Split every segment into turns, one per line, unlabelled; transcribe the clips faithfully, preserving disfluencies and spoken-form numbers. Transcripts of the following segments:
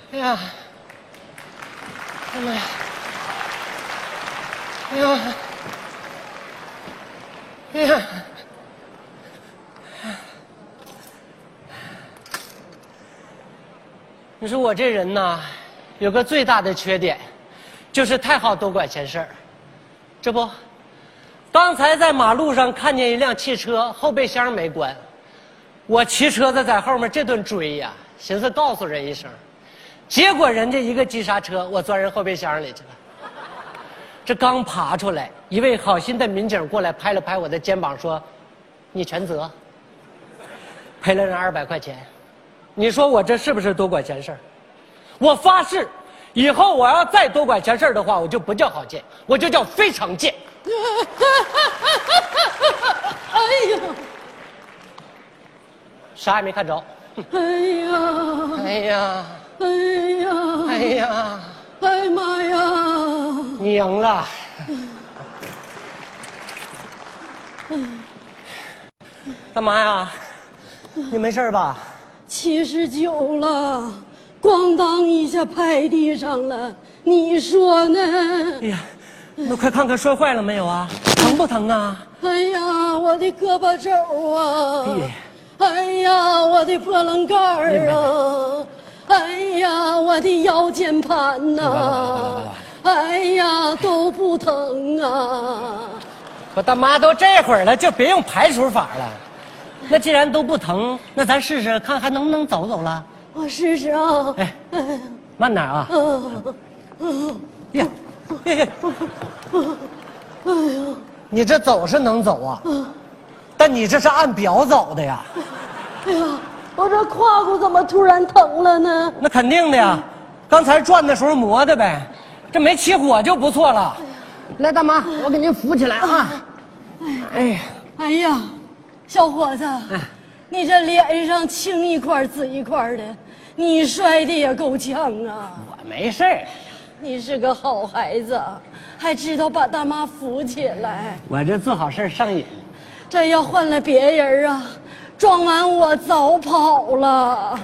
哎呀！哎妈呀！哎呀！哎呀！你说我这人呐，有个最大的缺点，就是太好多管闲事儿。这不，刚才在马路上看见一辆汽车，后备箱没关，我骑车子在后面这顿追呀，寻思告诉人一声，结果人家一个急刹车，我钻人后备箱里去了。这刚爬出来，一位好心的民警过来拍了拍我的肩膀，说：“你全责。”赔了人二百块钱。你说我这是不是多管闲事儿？我发誓，以后我要再多管闲事儿的话，我就不叫郝建，我就叫非常贱。
哎呀，
啥也没看着。
哎呀，
哎呀，
哎呀，
哎呀，
哎妈呀！
你赢了。干嘛呀？你没事吧？
七十九了，咣当一下拍地上了，你说呢？
哎呀，那快看看摔坏了没有啊？疼不疼啊？
哎呀，我的胳膊肘啊！
哎
哎呀，我的波棱盖儿啊！哎呀，我的腰间盘呐！哎呀，都不疼啊！
我大妈都这会儿了，就别用排除法了。那既然都不疼，那咱试试看还能不能走走了。
我试试啊！
哎，慢点啊！
嗯嗯，
呀，呀呀！
哎呀，
你这走是能走啊，但你这是按表走的呀。
哎呀，我这胯骨怎么突然疼了呢？
那肯定的呀，刚才转的时候磨的呗，这没起火就不错了。来，大妈，我给您扶起来啊！哎呀，
哎呀，小伙子，你这脸上青一块紫一块的，你摔的也够呛啊！
我没事儿，
你是个好孩子，还知道把大妈扶起来。
我这做好事上瘾。
这要换了别人啊，撞完我早跑了。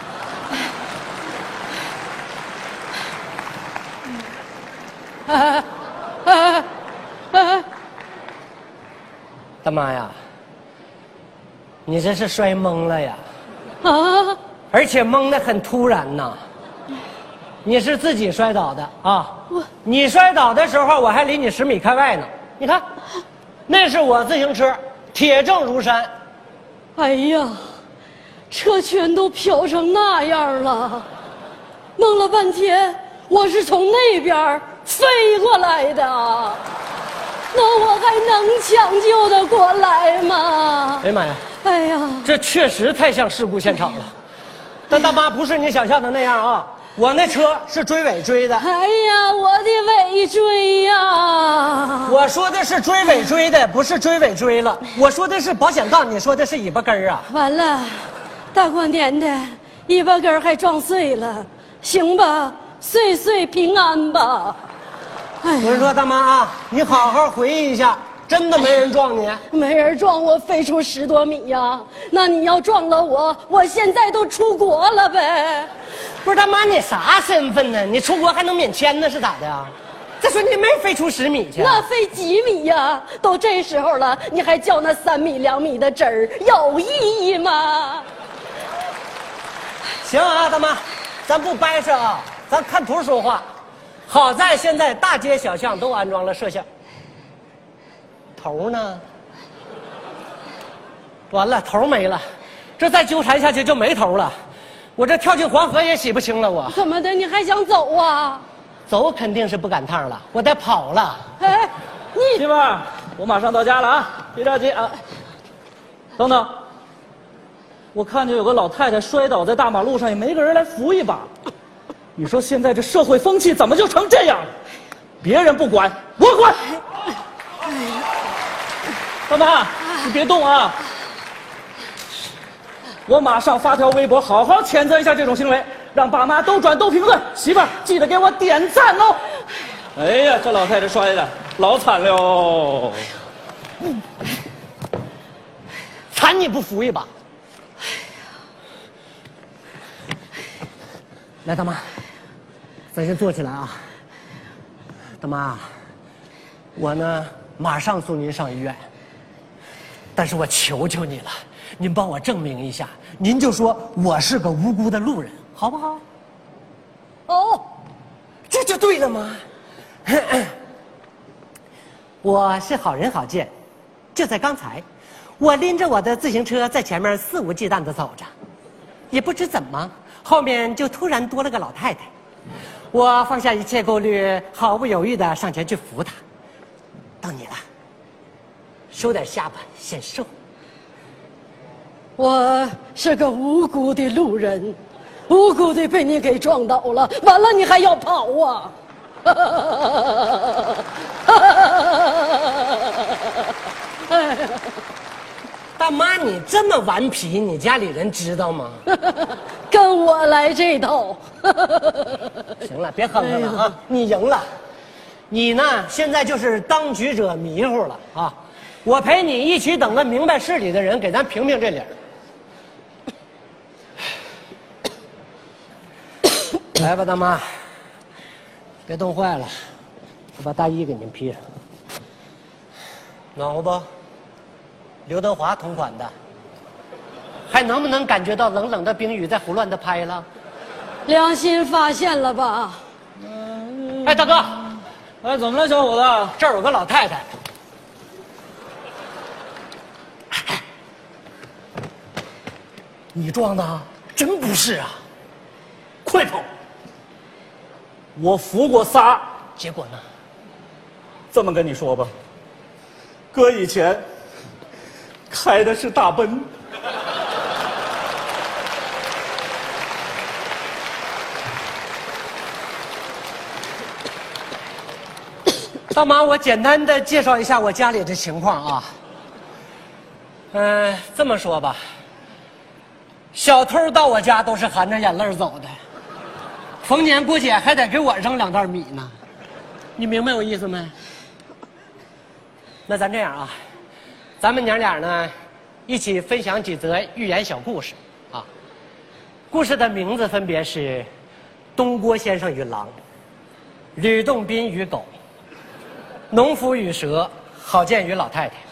哎哎哎！
大妈呀，你这是摔懵了呀，
啊！
而且懵得很突然呐。你是自己摔倒的啊？
我
你摔倒的时候，我还离你十米开外呢。你看，那是我自行车，铁证如山。
哎呀，车圈都飘成那样了，弄了半天我是从那边飞过来的，那我还能抢救得过来吗？
哎呀妈呀，
哎呀，
这确实太像事故现场了。但大妈不是你想象的那样啊，我那车是追尾追的。
哎呀，我的尾椎呀！
我说的是追尾追的，不是追尾追了。我说的是保险杠，你说的是尾巴根儿啊。
完了，大过年的，尾巴根儿还撞碎了，行吧？岁岁平安吧。哎呀，
我说大妈啊，你好好回忆一下，真的没人撞你？
没人撞我飞出十多米呀！那你要撞了我，我现在都出国了呗。
不是大妈，你啥身份呢？你出国还能免签呢？是咋的呀？再说你没飞出十米去，
那飞几米呀？都这时候了，你还较那三米两米的真儿，有意义吗？
行啊，大妈，咱不掰扯啊，咱看图说话。好在现在大街小巷都安装了摄像。头呢？完了，头没了，这再纠缠下去就没头了。我这跳进黄河也洗不清了，我
怎么的？你还想走啊？
走肯定是不赶趟了，我得跑了。
哎，你
媳妇儿，我马上到家了啊，别着急啊。等等，我看见有个老太太摔倒在大马路上，也没个人来扶一把。你说现在这社会风气怎么就成这样了？别人不管，我管。大妈，你别动啊！我马上发条微博，好好谴责一下这种行为，让爸妈都转都评论。媳妇儿，记得给我点赞哦！哎呀，这老太太摔的老惨了哦！
惨你不扶一把？ 来，大妈，咱先坐起来啊。大妈，我呢马上送您上医院，但是我求求你了，您帮我证明一下，您就说我是个无辜的路人，好不好？哦，这就对了吗？我是好人好见，就在刚才，我拎着我的自行车在前面肆无忌惮地走着，也不知怎么，后面就突然多了个老太太。我放下一切顾虑，毫不犹豫地上前去扶她。到你了，收点下巴，显瘦。
我是个无辜的路人，无辜的被你给撞倒了，完了你还要跑啊！
大妈，你这么顽皮，你家里人知道吗？
跟我来这套。
行了，别哼哼了啊！你赢了，你呢现在就是当局者迷糊了啊！我陪你一起等个明白事理的人给咱评评这理儿。来吧，大妈，别冻坏了，我把大衣给您披上，暖和不？刘德华同款的，还能不能感觉到冷冷的冰雨在胡乱的拍了？
良心发现了吧？
嗯、哎，大哥，
哎，怎么了，小伙子？
这儿有个老太太。你撞的？真不是啊！
快跑！我扶过仨。
结果呢？
这么跟你说吧，哥以前开的是大奔。
大妈，我简单的介绍一下我家里的情况啊。嗯、呃，这么说吧，小偷到我家都是含着眼泪走的，逢年过节还得给我扔两袋米呢，你明白我意思没？那咱这样啊，咱们娘俩呢，一起分享几则寓言小故事啊。故事的名字分别是《东郭先生与狼》、《吕洞宾与狗》、农夫与蛇，郝建与老太太。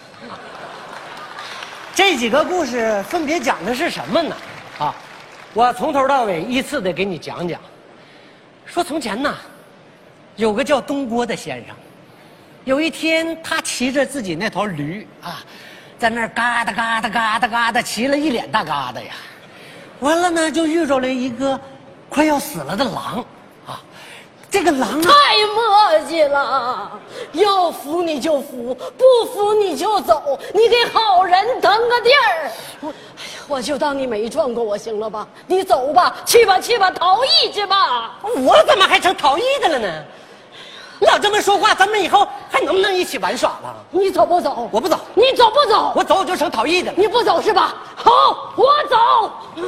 这几个故事分别讲的是什么呢？啊，我从头到尾依次的给你讲讲。说从前呢，有个叫东郭的先生，有一天他骑着自己那头驴啊，在那儿嘎哒嘎哒嘎哒嘎哒骑了一脸大嘎达呀，完了呢就遇着了一个快要死了的狼。这个狼啊，
太磨叽了，要扶你就扶，不扶你就走，你给好人腾个地儿。我，哎呀，我就当你没撞过我，行了吧？你走吧，去吧，去吧，逃逸去吧。
我怎么还成逃逸的了呢？老这么说话，咱们以后还能不能一起玩耍了？
你走不走？
我不走。
你走不走？
我走，我就成逃逸的了。
你不走是吧？好，我走。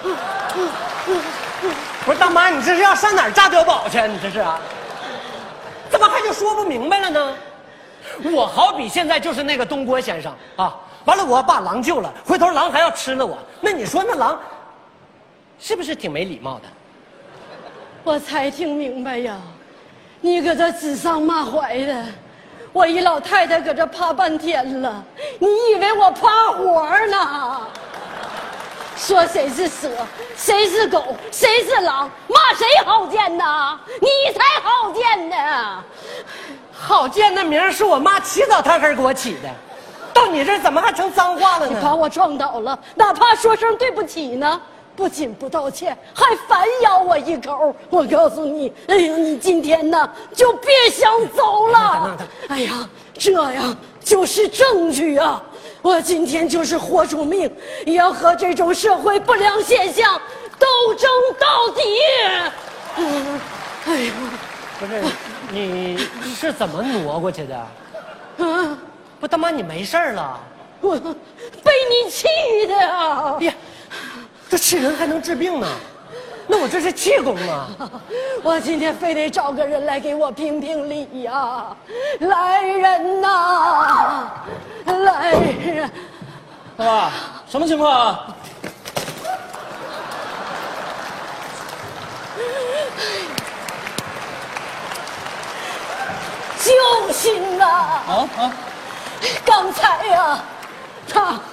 不是大妈，你这是要上哪儿炸碉堡去？你这是啊？怎么还就说不明白了呢？我好比现在就是那个东郭先生啊，完了我把狼救了，回头狼还要吃了我，那你说那狼是不是挺没礼貌的？
我才听明白呀，你搁这指桑骂槐的，我一老太太搁这趴半天了，你以为我趴活呢？说谁是蛇，谁是狗，谁是狼，骂谁好见呐？你才好见呢！
好见的名儿是我妈起早贪黑给我起的，到你这儿怎么还成脏话了呢？
你把我撞倒了，哪怕说声对不起呢，不仅不道歉，还反咬我一口。我告诉你，哎呀，你今天呢就别想走了。哎呀，这呀就是证据啊！我今天就是豁出命，也要和这种社会不良现象斗争到底。嗯，哎呀，
不是，你是怎么挪过去的？
啊，
不，大妈你没事了？
我被你气的啊！
呀，这气人还能治病呢？那我这是气功啊！
我今天非得找个人来给我评评理呀！来人呐！来人！
大妈，什么情况啊？
救星啊！
啊啊！
刚才呀，他，啊，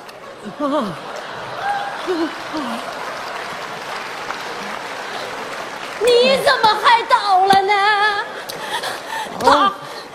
你怎么还倒了呢？他，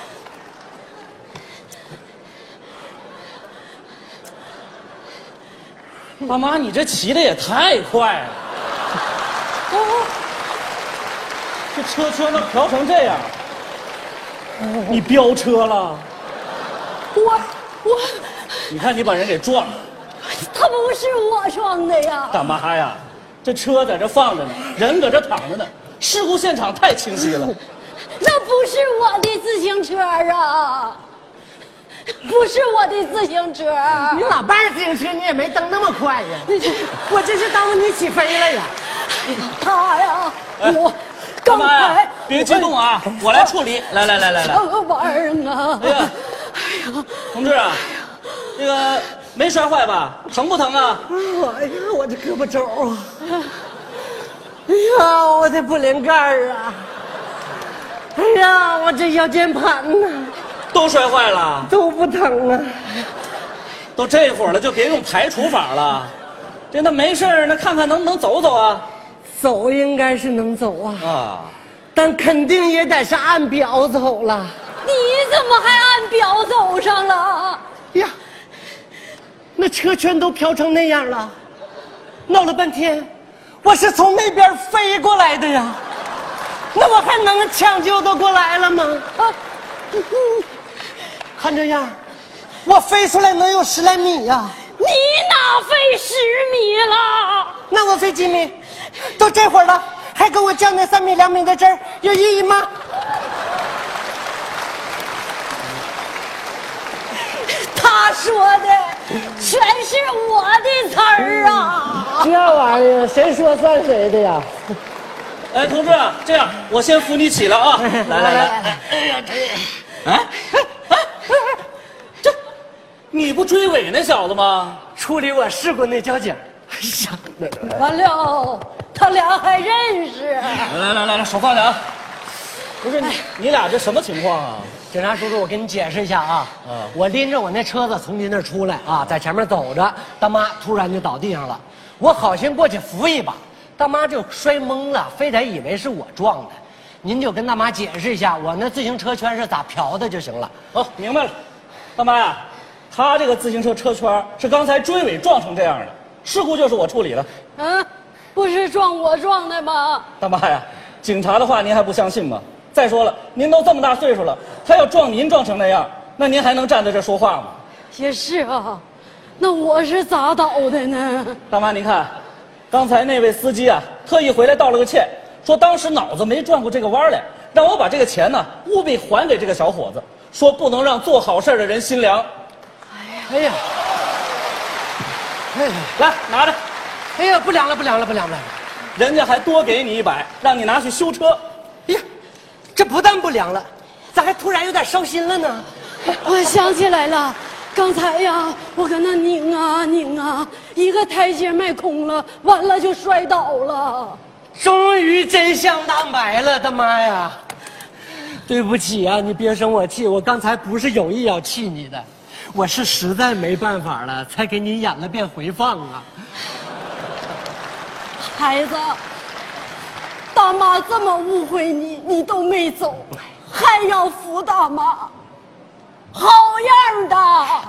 大妈，你这骑的也太快了！哦，这车圈都飘成这样，你飙车了？
我我，
你看你把人给撞了。
他不是我撞的呀！
大妈呀，这车在这放着呢，人搁这躺着呢，事故现场太清晰了。
那不是我的自行车啊，不是我的自行车。
你老伴儿自行车你也没蹬那么快呀，我这是耽误你起飞了呀。
他呀，
哎
我刚
大妈呀
才，
别激动啊，我来处理。来来来来来，
什么玩意儿啊？
哎呀，同志啊，这个没摔坏吧？疼不疼啊？
哎呀，我这胳膊肘啊，哎呀，我这不灵盖儿啊，哎呀，我这腰间盘呐，
都摔坏了，
都不疼啊。
都这会儿了，就别用排除法了。这那没事儿，那看看能不能走走啊？
走应该是能走啊，
啊，
但肯定也得是按表走了。
你怎么还按表走上了？
呀，那车圈都飘成那样了，闹了半天，我是从那边飞过来的呀，那我还能抢救得过来了吗？啊，嗯、看这样，我飞出来能有十来米呀、啊。
你哪飞十米了？
那我飞几米？都这会儿了，还跟我较那三米两米的真儿，有意义吗？
他说的全是我的词儿啊！
这玩意儿谁说算谁的呀？
哎，同志，这样我先扶你起来啊！来来来，哎呀，这，哎，哎，这，你不追尾那小子吗？
处理我事故那交警。哎呀，
完了，他俩还认识。
来来来来，手放下啊！不是你，你俩这什么情况啊？
警察叔叔，我给你解释一下啊。
嗯
我拎着我那车子从您那儿出来啊，在前面走着，大妈突然就倒地上了，我好心过去扶一把，大妈就摔懵了，非得以为是我撞的。您就跟大妈解释一下，我那自行车圈是咋瓢的就行了。
哦，明白了，大妈呀，他这个自行车车圈是刚才追尾撞成这样的，事故就是我处理了。
嗯，不是撞我撞的吗？
大妈呀，警察的话您还不相信吗？再说了，您都这么大岁数了，他要撞您撞成那样，那您还能站在这说话吗？
也是啊，那我是咋倒的呢？
大妈，您看，刚才那位司机啊，特意回来道了个歉，说当时脑子没转过这个弯来，让我把这个钱呢务必还给这个小伙子，说不能让做好事的人心凉。
哎呀，哎呀，
来拿着，
哎呀，不凉了，不凉了，不凉了。
人家还多给你一百，让你拿去修车。
哎呀，这不但不凉了，咋还突然有点烧心了呢？
我想起来了，刚才呀，我搁那拧啊拧啊，一个台阶迈空了，完了就摔倒了。
终于真相大白了，大妈呀！对不起啊，你别生我气，我刚才不是有意要气你的，我是实在没办法了，才给你演了遍回放啊。
孩子，大妈这么误会你，你都没走，还要扶大妈，好样的！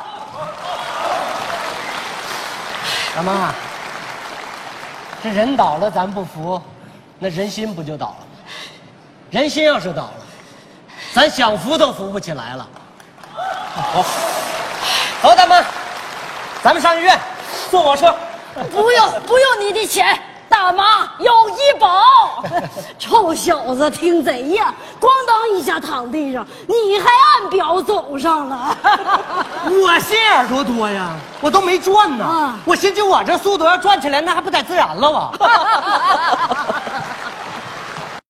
大妈，这人倒了咱不扶，那人心不就倒了吗？人心要是倒了，咱想扶都扶不起来了。好，走，大妈，咱们上医院，
坐我车。
不用不用你的钱，大妈有医保。臭小子听贼呀，咣当一下躺地上，你还按表走上了。
我心眼多多呀，我都没转呢。
啊
我寻思我这速度要转起来，那还不得自燃了吧？